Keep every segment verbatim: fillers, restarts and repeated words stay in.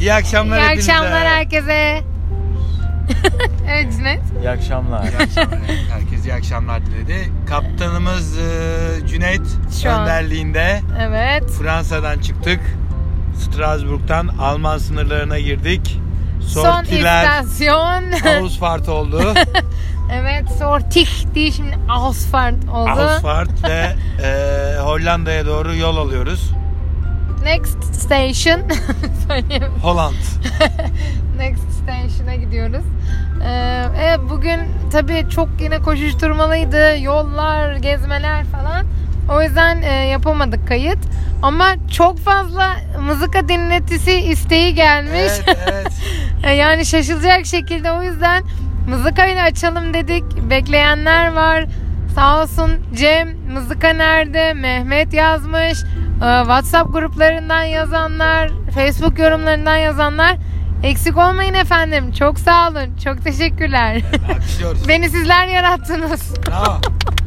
İyi akşamlar İyi hepinize. akşamlar herkese. Evet Cüneyt. İyi akşamlar. İyi akşamlar. Herkese iyi akşamlar diledi. Kaptanımız e, Cüneyt Şu an. önderliğinde Evet. Fransa'dan çıktık. Strasbourg'dan Alman sınırlarına girdik. Son Sortiler istasyon. Ausfahrt oldu. Evet, sortih değil şimdi Ausfahrt oldu. Ausfahrt ve e, Hollanda'ya doğru yol alıyoruz. Next station. Söyleyeyim. Holland. Next station'a gidiyoruz. Ee, evet, bugün tabii çok yine koşuşturmalıydı. Yollar, gezmeler falan. O yüzden e, yapamadık kayıt. Ama çok fazla mızıka dinletisi isteği gelmiş. Evet, evet. Yani şaşılacak şekilde, o yüzden mızıkayla açalım dedik. Bekleyenler var. Sağ olsun Cem, mızıka nerede? Mehmet yazmış. Ee, WhatsApp gruplarından yazanlar, Facebook yorumlarından yazanlar. Eksik olmayın efendim. Çok sağ olun. Çok teşekkürler. Alkışlıyoruz. Beni sizler yarattınız. Bravo.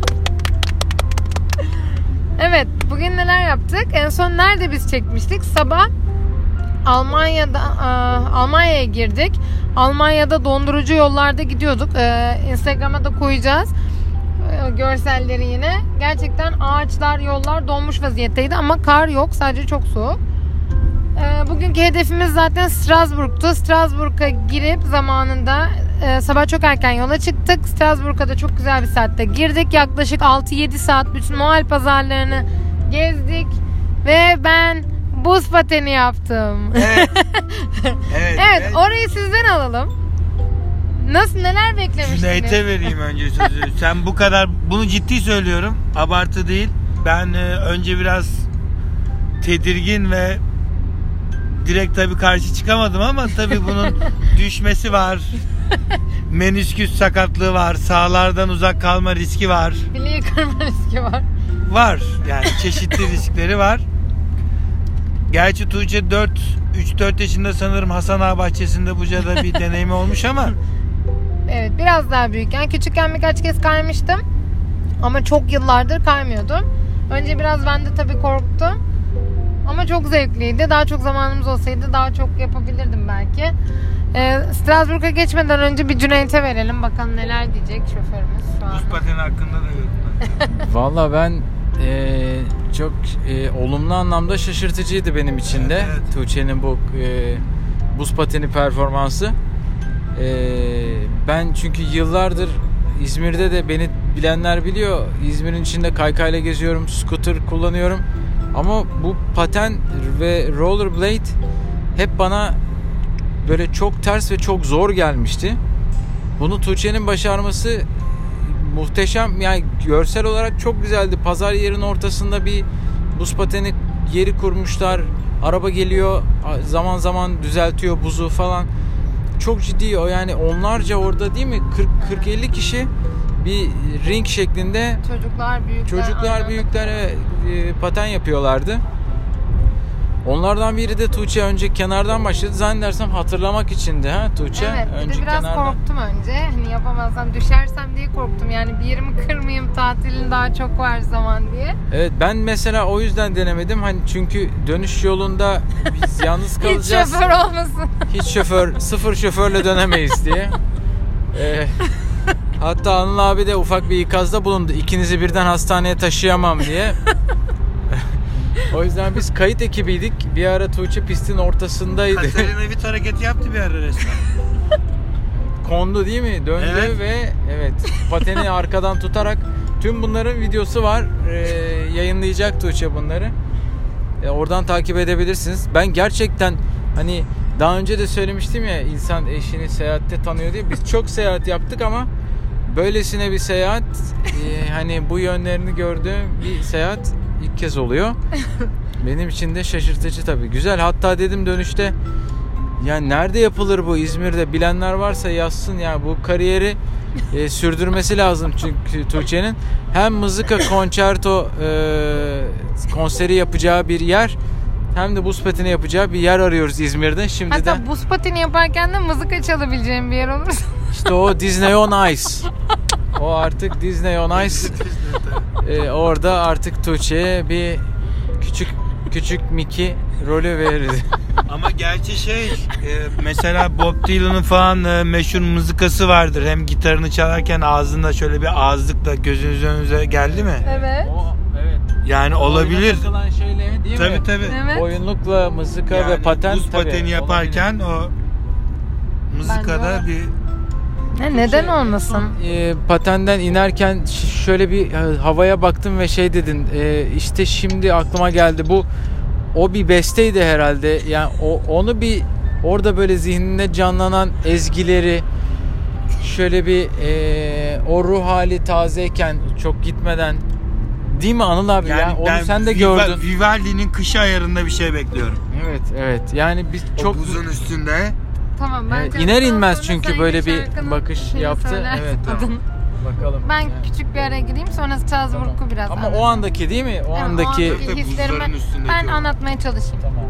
Evet, bugün neler yaptık? En son nerede biz çekmiştik? Sabah Almanya'da Almanya'ya girdik. Almanya'da dondurucu yollarda gidiyorduk. Instagram'a da koyacağız görselleri yine. Gerçekten ağaçlar, yollar donmuş vaziyetteydi ama kar yok, sadece çok soğuk. Bugünkü hedefimiz zaten Strasbourg'tu. Strasbourg'a girip zamanında sabah çok erken yola çıktık. Strasbourg'a da çok güzel bir saatte girdik. Yaklaşık altı yedi saat bütün Noel pazarlarını gezdik ve ben buz pateni yaptım. Evet. Evet, evet, evet. Orayı sizden alalım. Nasıl, neler beklemiştiniz? Cüneyt'e vereyim önce sözü. Sen bu kadar, bunu ciddi söylüyorum. Abartı değil. Ben e, önce biraz tedirgin ve direkt tabii karşı çıkamadım ama tabii bunun düşmesi var. Menisküs sakatlığı var. Sahalardan uzak kalma riski var. Bileği kırma riski var. Var. Yani çeşitli riskleri var. Gerçi Tuğçe dört üç dört yaşında sanırım Hasan Ağa bahçesinde Buca'da bir deneyimi olmuş ama evet, biraz daha büyükken. Küçükken birkaç kez kaymıştım. Ama çok yıllardır kaymıyordum. Önce biraz ben de tabii korktum. Ama çok zevkliydi. Daha çok zamanımız olsaydı daha çok yapabilirdim belki. Ee, Strasbourg'a geçmeden önce bir Cüneyt'e verelim. Bakalım neler diyecek şoförümüz şu anda. buz pateni hakkında da yorumlar. Valla ben e, çok e, olumlu anlamda şaşırtıcıydı benim için de. Evet, evet. Tuğçe'nin bu e, buz pateni performansı. E, ben çünkü yıllardır İzmir'de de, beni bilenler biliyor, İzmir'in içinde kaykayla geziyorum, scooter kullanıyorum. Ama bu paten ve rollerblade hep bana böyle çok ters ve çok zor gelmişti. Bunu Tuğçe'nin başarması muhteşem. Yani görsel olarak çok güzeldi. Pazar yerinin ortasında bir buz pateni yeri kurmuşlar. Araba geliyor, zaman zaman düzeltiyor buzu falan. Çok ciddi o, yani onlarca orada değil mi? kırk kırk elli kişi bir ring şeklinde, Çocuklar, büyükler. çocuklar, aynen. büyükler e, paten yapıyorlardı. Onlardan biri de Tuğçe önce kenardan başladı. Zannedersem hatırlamak içindi ha Tuğçe. Evet, bir önce de biraz kenardan. korktum önce. Hani yapamazsam, düşersem diye korktum. Yani bir yerimi kırmayayım, tatilin daha çok var zaman diye. Evet, ben mesela o yüzden denemedim. Hani çünkü dönüş yolunda biz yalnız kalacağız. Hiç şoför olmasın. Hiç şoför, sıfır şoförle dönemeyiz diye. Ee, hatta Anıl abi de ufak bir ikazda bulundu. İkinizi birden hastaneye taşıyamam diye. O yüzden biz kayıt ekibiydik. Bir ara Tuğçe pistin ortasındaydı. Katarina bir hareketi yaptı bir ara resmen. Kondu değil mi? Döndü Evet. ve evet, pateni arkadan tutarak, tüm bunların videosu var. Ee, yayınlayacak Tuğçe bunları. Ee, oradan takip edebilirsiniz. Ben gerçekten hani daha önce de söylemiştim ya, insan eşini seyahatte tanıyor diye. Biz çok seyahat yaptık ama böylesine bir seyahat, e, hani bu yönlerini gördüğüm bir seyahat ilk kez oluyor. Benim için de şaşırtıcı tabii. Güzel. Hatta dedim dönüşte, ya nerede yapılır bu, İzmir'de bilenler varsa yazsın ya, bu kariyeri e, sürdürmesi lazım çünkü Tuğçe'nin hem mızıka konçerto e, konseri yapacağı bir yer, hem de buz pateni yapacağı bir yer arıyoruz İzmir'de. Şimdi Hatta de buz pateni yaparken de mızıka çalabileceğim bir yer olursa. işte o Disney on Ice. O artık Disney on Ice. Ee, orada artık Tuğçe'ye bir küçük küçük Mickey rolü veririz. Ama gerçi şey e, mesela Bob Dylan'ın falan e, meşhur mızıkası vardır. Hem gitarını çalarken ağzında şöyle bir ağızlıkla gözünüzün önünüze geldi mi? Evet. O, evet. Yani olabilir. Boyuna takılan şeyle değil Tabii mi? tabii. Evet. Boyunlukla mızıka Yani ve paten buz tabii, pateni yaparken o mızıkada Bence o- bir Ne, neden Şey, olmasın? E, patenden inerken ş- şöyle bir e, havaya baktım ve şey dedin. E, işte şimdi aklıma geldi. Bu o bir besteydi herhalde. Yani o onu bir orada böyle zihninde canlanan ezgileri şöyle bir e, o ruh hali tazeyken çok gitmeden değil mi Anıl abi? Yani, onu ben sen de Viva- gördün. Vivaldi'nin kış ayarında bir şey bekliyorum. Evet, evet. Yani biz O çok buzun üstünde. Tamam ben Evet, çaldıktan iner inmez sonra çünkü sen böyle yine bir şarkının bakış şeyini yaptı. söylersin Evet, tamam. adını. bakalım. Ben Yani. küçük bir araya gireyim sonra Strasbourg'u Tamam. biraz Ama anlatayım. o andaki değil mi? O Evet, andaki andaki Tabii, hislerimi buzların üstündeki ben o. anlatmaya çalışayım. Tamam.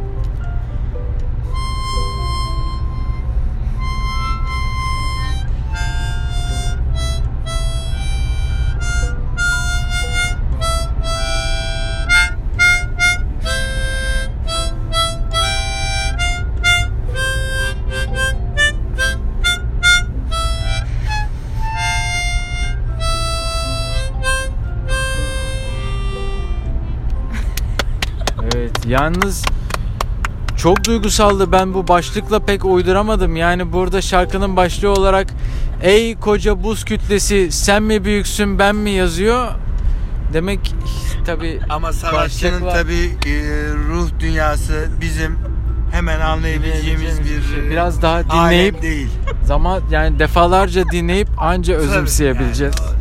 Evet, yalnız çok duygusaldı. Ben bu başlıkla pek uyduramadım. Yani burada şarkının başlığı olarak "Ey koca buz kütlesi, sen mi büyüksün, ben mi?" yazıyor. Demek tabii Ama sanatçının başlıkla- tabii e, ruh dünyası bizim hemen anlayabileceğimiz bir şey. Biraz daha alem dinleyip değil. zaman yani defalarca dinleyip anca Tabii, özümseyebileceğiz. yani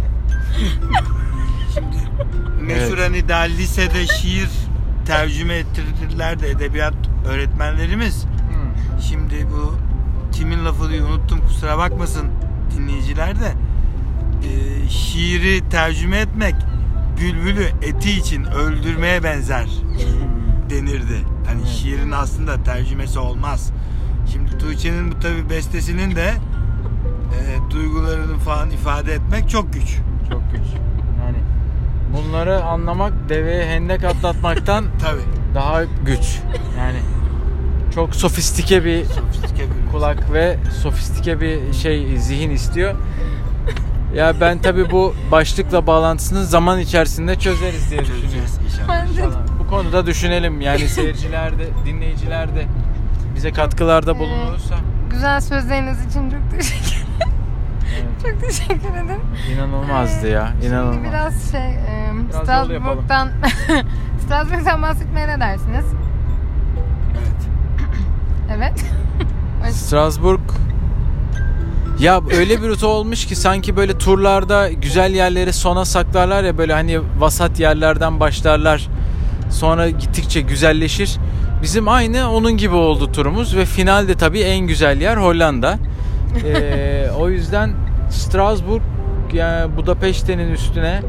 o- Şimdi meşhur Evet. hani daha lisede şiir tercüme ettirirler de edebiyat öğretmenlerimiz. Hmm. Şimdi bu kimin lafı diye unuttum, kusura bakmasın dinleyiciler de. Ee, şiiri tercüme etmek bülbülü eti için öldürmeye benzer denirdi. Hani Evet. şiirin aslında tercümesi olmaz. Şimdi Tuğçe'nin bu tabi bestesinin de e, duygularını falan ifade etmek çok güç. Çok güç. Yani bunları anlamak deveye hendek atlatmaktan Tabi. daha güç. Yani çok sofistike bir Sofistike bir kulak ve sofistike bir şey zihin istiyor. Ya ben tabii bu başlıkla bağlantısını zaman içerisinde çözeriz diye düşünüyorum. çözeceğiz inşallah. Ben de- İnşallah. Bu konuda düşünelim. Yani seyirciler de, dinleyiciler de bize katkılarda bulunursa. Güzel sözleriniz için çok teşekkür Evet, çok teşekkür ederim. inanılmazdı ya. İnanılmaz. Şimdi biraz şey e, Biraz yol yapalım. Strasbourg'dan Strasbourg'dan bahsetmeye ne dersiniz? Evet. Evet. Strasbourg ya öyle bir rota olmuş ki sanki böyle turlarda güzel yerleri sona saklarlar ya, böyle hani vasat yerlerden başlarlar sonra gittikçe güzelleşir. Bizim aynı onun gibi oldu turumuz ve finalde tabii en güzel yer Hollanda. Ee, o yüzden Strasbourg yani Budapeşte'nin üstüne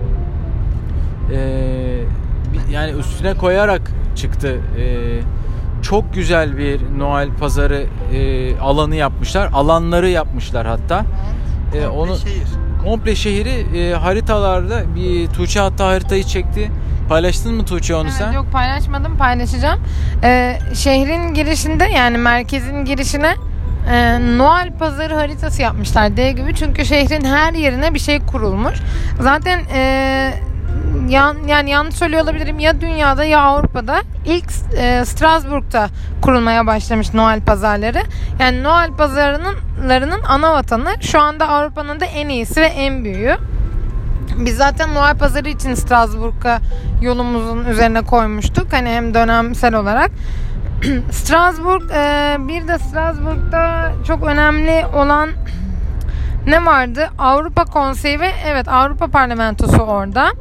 e, bir- yani üstüne koyarak çıktı. E, çok güzel bir Noel pazarı e, alanı yapmışlar. Alanları yapmışlar hatta. E, Komple onu şehir. komple şehri e, haritalarda bir Tuğçe hatta haritayı çekti. Paylaştın mı Tuğçe onu Evet, sen? yok paylaşmadım, paylaşacağım. Ee, şehrin girişinde yani merkezin girişine e, Noel pazarı haritası yapmışlar dev gibi. Çünkü şehrin her yerine bir şey kurulmuş. Zaten e, yan, yani yanlış söylüyor olabilirim, ya dünyada ya Avrupa'da ilk e, Strasbourg'da kurulmaya başlamış Noel pazarları. Yani Noel pazarlarının ana vatanı, şu anda Avrupa'nın da en iyisi ve en büyüğü. Biz zaten Noel pazarı için Strasbourg'a yolumuzun üzerine koymuştuk. Hani hem dönemsel olarak. Strasbourg, e, bir de Strasbourg'da çok önemli olan ne vardı? Avrupa Konseyi ve evet Avrupa Parlamentosu orada.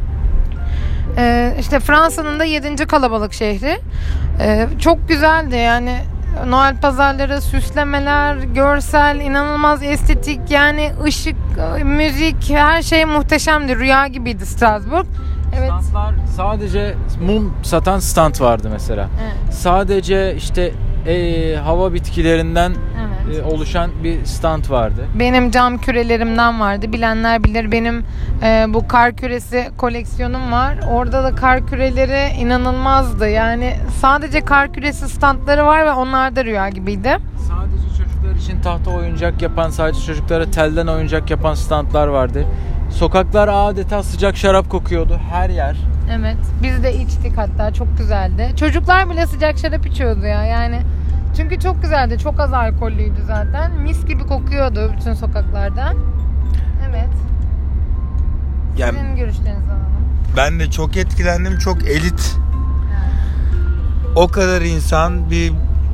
E, işte Fransa'nın da yedinci kalabalık şehri. E, çok güzeldi yani. Noel pazarları, süslemeler, görsel, inanılmaz estetik, yani ışık, müzik, her şey muhteşemdi. Rüya gibiydi Strasbourg. Evet. Standlar sadece mum satan stand vardı mesela. Evet. Sadece işte e, hava bitkilerinden Evet. e, oluşan bir stand vardı. Benim cam kürelerimden vardı. Bilenler bilir. Benim e, bu kar küresi koleksiyonum var. Orada da kar küreleri inanılmazdı. Yani sadece kar küresi standları var ve onlar da rüya gibiydi. Sadece çocuklar için tahta oyuncak yapan, sadece çocuklara telden oyuncak yapan standlar vardı. Sokaklar adeta sıcak şarap kokuyordu her yer. Evet. Biz de içtik hatta. Çok güzeldi. Çocuklar bile sıcak şarap içiyordu ya. Yani çünkü çok güzeldi. Çok az alkollüydü zaten. Mis gibi kokuyordu bütün sokaklarda. Evet. Yani Sizin görüşlerinizi alalım. ben de çok etkilendim. Çok elit. Evet. O kadar insan, bir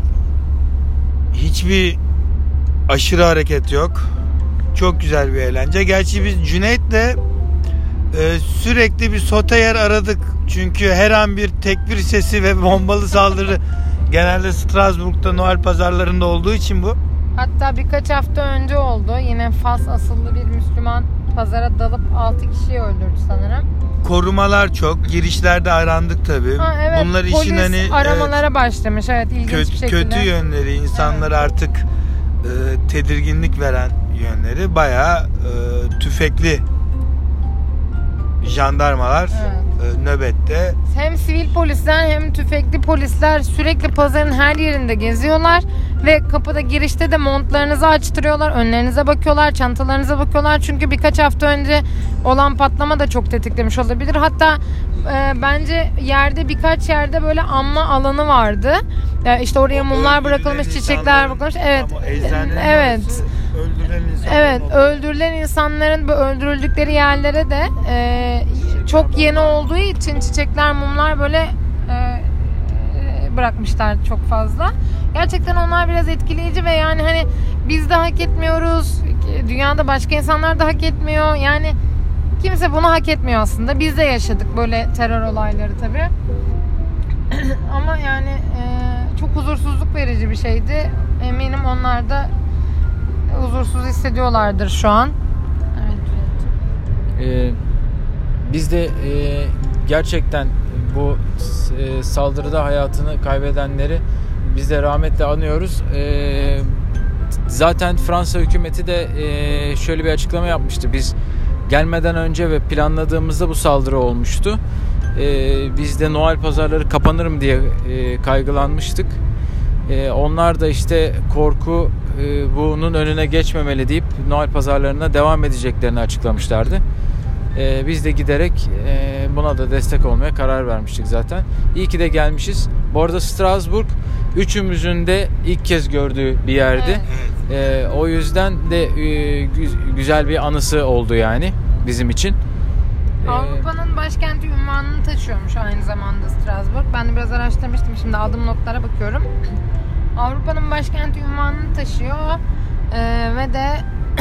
hiçbir aşırı hareket yok. Çok güzel bir eğlence. Gerçi biz Cüneyt'le e, sürekli bir sote yer aradık. Çünkü her an bir tekbir sesi ve bombalı saldırı genelde Strasbourg'da Noel pazarlarında olduğu için bu. Hatta birkaç hafta önce oldu. Yine Fas asıllı bir Müslüman pazara dalıp altı kişiyi öldürdü sanırım. Korumalar çok. Girişlerde arandık tabii. Ha, evet, Bunlar polis işin hani aramalara evet, başlamış. Evet, ilginç kötü, bir şekilde. kötü yönleri, insanlara evet. artık e, tedirginlik veren yönleri bayağı e, tüfekli jandarmalar evet. e, nöbette. Hem sivil polisler hem tüfekli polisler sürekli pazarın her yerinde geziyorlar ve kapıda girişte de montlarınızı açtırıyorlar, önlerinize bakıyorlar, çantalarınıza bakıyorlar. Çünkü birkaç hafta önce olan patlama da çok tetiklemiş olabilir. Hatta e, bence yerde birkaç yerde böyle anma alanı vardı. Yani işte oraya O mumlar bırakılmış, çiçekler bırakılmış. Evet. Evet. Öldürülen insanlar Evet, oldu. öldürülen insanların bu öldürüldükleri yerlere de e, çok yeni olduğu için çiçekler, mumlar böyle e, bırakmışlar çok fazla. Gerçekten onlar biraz etkileyici ve yani hani biz de hak etmiyoruz. Dünyada başka insanlar da hak etmiyor. Yani kimse bunu hak etmiyor aslında. Biz de yaşadık böyle terör olayları tabii. Ama yani e, çok huzursuzluk verici bir şeydi. Eminim onlar da huzursuz hissediyorlardır şu an. Evet. Ee, biz de e, gerçekten bu e, saldırıda hayatını kaybedenleri biz de rahmetle anıyoruz. E, zaten Fransa hükümeti de e, şöyle bir açıklama yapmıştı. Biz gelmeden önce ve planladığımızda bu saldırı olmuştu. E, biz de Noel pazarları kapanır mı diye e, kaygılanmıştık. E, onlar da işte korku e, bunun önüne geçmemeli deyip Noel pazarlarına devam edeceklerini açıklamışlardı. E, biz de giderek e, buna da destek olmaya karar vermiştik zaten. İyi ki de gelmişiz. Bu arada Strasbourg üçümüzün de ilk kez gördüğü bir yerdi. Evet. E, o yüzden de e, güzel bir anısı oldu yani bizim için. Avrupa'nın başkenti unvanını taşıyormuş aynı zamanda Strasbourg. Ben de biraz araştırmıştım. Şimdi aldığım notlara bakıyorum. Avrupa'nın başkenti unvanını taşıyor. Ee, ve de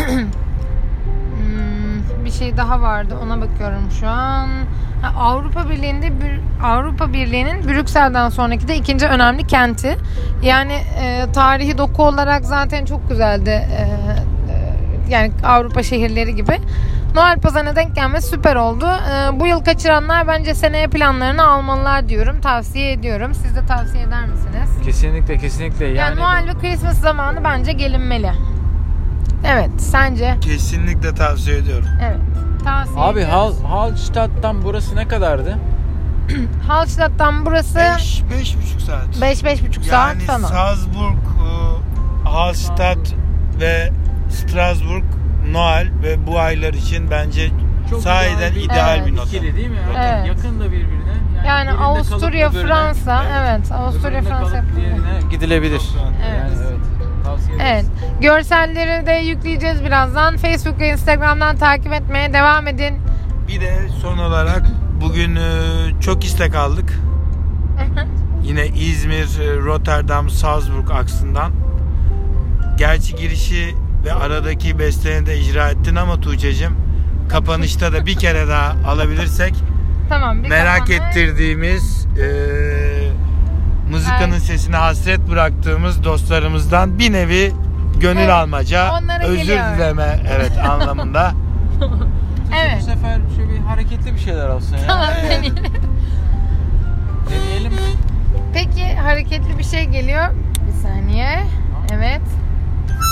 hmm, bir şey daha vardı. Ona bakıyorum şu an. Ha, Avrupa Birliği'nde Avrupa Birliği'nin Brüksel'den sonraki de ikinci önemli kenti. Yani e, tarihi doku olarak zaten çok güzeldi. E, e, yani Avrupa şehirleri gibi. Noel pazarına denk gelmesi süper oldu. Ee, bu yıl kaçıranlar bence seneye planlarını almalılar diyorum. Tavsiye ediyorum. Siz de tavsiye eder misiniz? Kesinlikle kesinlikle. Yani, yani Noel ve Christmas zamanı bence gelinmeli. Evet, sence? Kesinlikle tavsiye ediyorum. Evet, tavsiye Abi ediyoruz. Hal, Hallstatt'tan burası ne kadardı? Hallstatt'tan burası beş beş buçuk saat. beş beş buçuk saat falan. Yani Salzburg, e, Hallstatt ve Strasbourg Noel ve bu aylar için bence çok sahiden ideal evet. bir nota. İkili değil mi? Evet. Yakın da birbirine. Yani, yani Avusturya, Fransa, evet. evet Avusturya, Fransa diğerine gidilebilir. Evet. Yani evet. Tavsiye ederiz. Evet. Görselleri de yükleyeceğiz birazdan. Facebook ve Instagram'dan takip etmeye devam edin. Bir de son olarak bugün e, çok istek aldık. Yine İzmir, e, Rotterdam, Salzburg aksından. Gerçi girişi ve aradaki besteni de icra ettin ama Tuğçe'cim kapanışta da bir kere daha alabilirsek tamam, bir merak kapanış. ettirdiğimiz e, mızıkanın evet. sesine hasret bıraktığımız dostlarımızdan bir nevi gönül evet. Onlara özür geliyor. dileme evet anlamında. Evet. Bu sefer şöyle bir hareketli bir şeyler olsun ya. Tamam, Evet. Deneyelim. Peki hareketli bir şey geliyor. Bir saniye. Evet.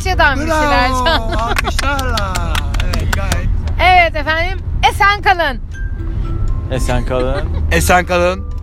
Datça'dan bir şeyler Bravo. çal. Alkışlarla. Evet gayet. Evet efendim. Esen kalın. Esen kalın. Esen kalın.